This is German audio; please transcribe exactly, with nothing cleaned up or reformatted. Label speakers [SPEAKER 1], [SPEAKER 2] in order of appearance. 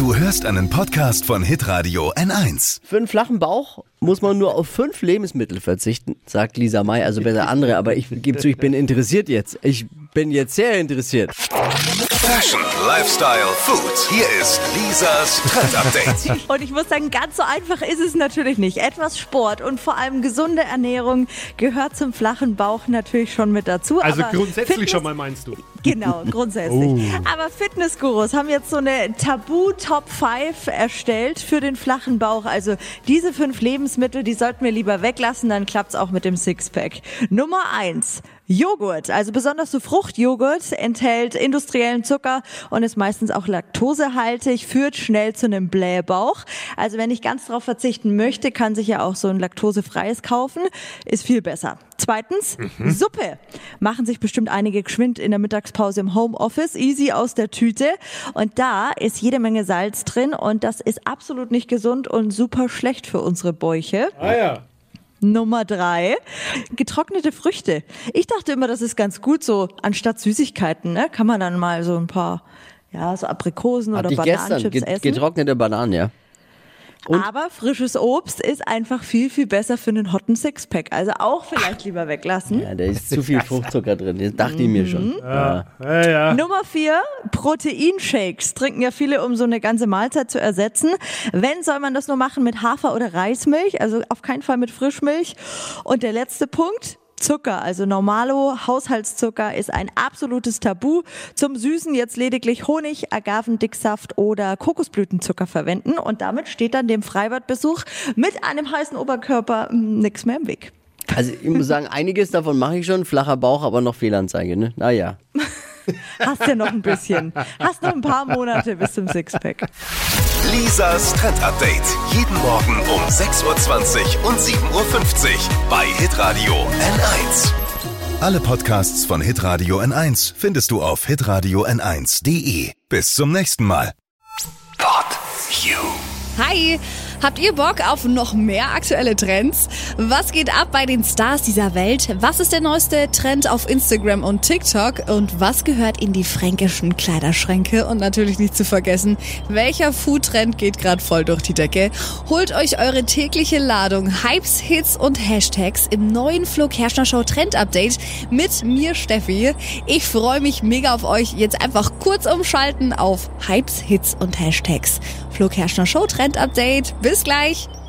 [SPEAKER 1] Du hörst einen Podcast von Hitradio N eins.
[SPEAKER 2] Für einen flachen Bauch muss man nur auf fünf Lebensmittel verzichten, sagt Lisa May, also besser andere, aber ich gebe zu, ich bin interessiert jetzt. Ich bin jetzt sehr interessiert.
[SPEAKER 1] Fashion, Lifestyle, Food. Hier ist Lisas Trend Update.
[SPEAKER 3] Und ich muss sagen, ganz so einfach ist es natürlich nicht. Etwas Sport und vor allem gesunde Ernährung gehört zum flachen Bauch natürlich schon mit dazu.
[SPEAKER 4] Also
[SPEAKER 3] aber
[SPEAKER 4] grundsätzlich
[SPEAKER 3] Fitness,
[SPEAKER 4] schon mal, meinst du?
[SPEAKER 3] Genau, grundsätzlich.
[SPEAKER 4] Oh.
[SPEAKER 3] Aber Fitnessgurus haben jetzt so eine Tabu-Top fünf erstellt für den flachen Bauch. Also diese fünf Lebensmittel, die sollten wir lieber weglassen, dann klappt's auch mit dem Sixpack. Nummer eins. Joghurt, also besonders so Fruchtjoghurt, enthält industriellen Zucker und ist meistens auch laktosehaltig, führt schnell zu einem Blähbauch. Also wenn ich ganz drauf verzichten möchte, kann sich ja auch so ein laktosefreies kaufen, ist viel besser. Zweitens, mhm. Suppe. Machen sich bestimmt einige geschwind in der Mittagspause im Homeoffice, easy aus der Tüte. Und da ist jede Menge Salz drin und das ist absolut nicht gesund und super schlecht für unsere Bäuche.
[SPEAKER 4] Ah ja.
[SPEAKER 3] Nummer drei, getrocknete Früchte. Ich dachte immer, das ist ganz gut, so anstatt Süßigkeiten, ne, kann man dann mal so ein paar, ja, so Aprikosen
[SPEAKER 2] Hatte
[SPEAKER 3] oder
[SPEAKER 2] ich
[SPEAKER 3] Bananenchips
[SPEAKER 2] gestern,
[SPEAKER 3] essen.
[SPEAKER 2] getrocknete Bananen, ja. Und?
[SPEAKER 3] Aber frisches Obst ist einfach viel, viel besser für einen hotten Sixpack. Also auch vielleicht lieber weglassen.
[SPEAKER 2] Ja, da ist zu viel Fruchtzucker drin, das dachte ich mir schon.
[SPEAKER 4] Ja. Ja, ja.
[SPEAKER 3] Nummer vier, Proteinshakes. Trinken ja viele, um so eine ganze Mahlzeit zu ersetzen. Wenn, soll man das nur machen mit Hafer- oder Reismilch, also auf keinen Fall mit Frischmilch. Und der letzte Punkt, Zucker, also Normalo, Haushaltszucker ist ein absolutes Tabu. Zum Süßen jetzt lediglich Honig, Agavendicksaft oder Kokosblütenzucker verwenden und damit steht dann dem Freibadbesuch mit einem heißen Oberkörper nichts mehr im Weg.
[SPEAKER 2] Also ich muss sagen, einiges davon mache ich schon, flacher Bauch, aber noch Fehlanzeige, ne? Naja.
[SPEAKER 3] Hast ja noch ein bisschen. Hast noch ein paar Monate bis zum Sixpack.
[SPEAKER 1] Lisas Trend Update. Jeden Morgen um sechs Uhr zwanzig und sieben Uhr fünfzig bei Hitradio N eins. Alle Podcasts von Hitradio N eins findest du auf hitradio n eins punkt de. Bis zum nächsten Mal. Pod You.
[SPEAKER 5] Hi, habt ihr Bock auf noch mehr aktuelle Trends? Was geht ab bei den Stars dieser Welt? Was ist der neueste Trend auf Instagram und TikTok? Und was gehört in die fränkischen Kleiderschränke? Und natürlich nicht zu vergessen, welcher Foodtrend geht gerade voll durch die Decke? Holt euch eure tägliche Ladung Hypes, Hits und Hashtags im neuen Flo Kerschner Show Trend Update mit mir, Steffi. Ich freue mich mega auf euch. Jetzt einfach kurz umschalten auf Hypes, Hits und Hashtags. Flo Kerschner Show Trend Update. Bis gleich.